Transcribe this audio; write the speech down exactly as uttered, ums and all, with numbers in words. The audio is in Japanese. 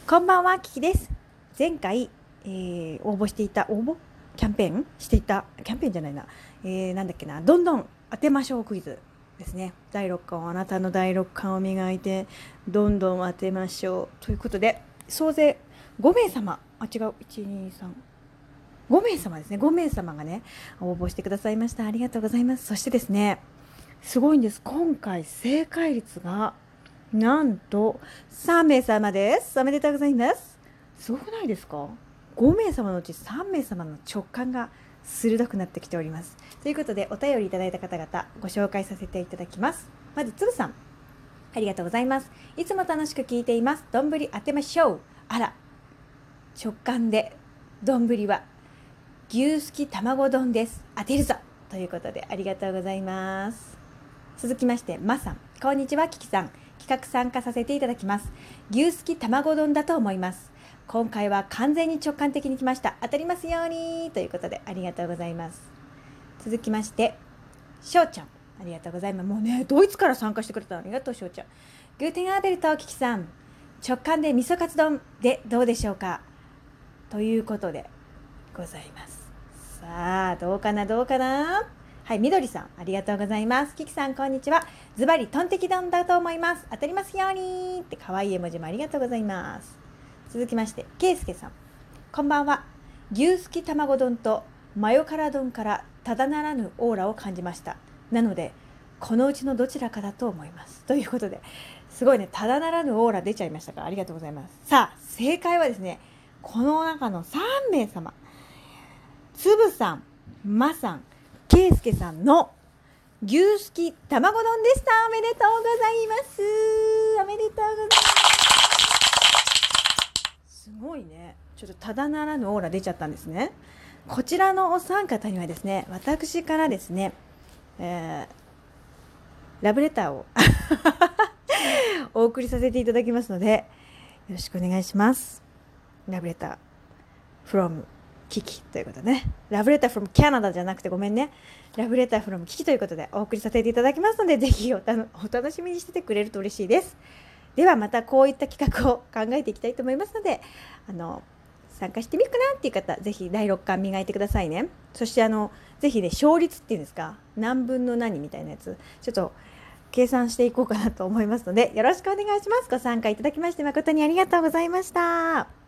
こんばんは、キキです。前回、えー、応募していた応募キャンペーンしていたキャンペーンじゃないな、えー、なんだっけな、どんどん当てましょうクイズですね。だいろっかん、あなたのだいろっかんを磨いてどんどん当てましょうということで、総勢ごめいさま、あ違う、いちにさんごめいさまですね。ごめいさまがね応募してくださいました。ありがとうございます。そしてですね、すごいんです。今回正解率がなんとさんめいさまです。おめでとうございます。すごくないですか？ごめいさまのうちさんめいさまの直感が鋭くなってきております。ということで、お便りいただいた方々ご紹介させていただきます。まずつぶさん、ありがとうございます。いつも楽しく聞いています。どんぶり当てましょう。あら、直感でどんぶりは牛すき卵丼です。当てるぞということで、ありがとうございます。続きまして、まさん、こんにちは、キキさん。企画参加させていただきます。牛すき卵丼だと思います。今回は完全に直感的に来ました。当たりますようにということで、ありがとうございます。続きまして、しょうちゃん、ありがとうございます。もうね、ドイツから参加してくれたのありがとう、しょうちゃん。グーテンアーベルト、キキさん、直感で味噌カツ丼でどうでしょうかということでございます。さあ、どうかな、どうかな。はい、みどりさん、ありがとうございます。キキさん、こんにちは。ズバリ、トンテキ丼だと思います。当たりますようにって可愛い絵文字もありがとうございます。続きまして、けいすけさん、こんばんは。牛すき卵丼とマヨカラ丼からただならぬオーラを感じました。なので、このうちのどちらかだと思います。ということで、すごいね、ただならぬオーラ出ちゃいましたから、ありがとうございます。さあ、正解はですね、この中のさんめいさま、つぶさん、まさん、けいすけさんの牛すき卵丼でした。おめでとうございます。おめでとうございます。すごいね。ちょっとただならぬオーラ出ちゃったんですね。こちらのお三方にはですね、私からですね、えー、ラブレターをお送りさせていただきますので、よろしくお願いします。ラブレター from キキということでね。ラブレター from Canada じゃなくてごめんね。ラブレター from キキということでお送りさせていただきますので、ぜひ お, たお楽しみにしててくれると嬉しいです。ではまたこういった企画を考えていきたいと思いますので、あの参加してみるかなっていう方、ぜひだいろっかん磨いてくださいね。そしてあのぜひね、勝率っていうんですか、何分の何みたいなやつ、ちょっと計算していこうかなと思いますので、よろしくお願いします。ご参加いただきまして誠にありがとうございました。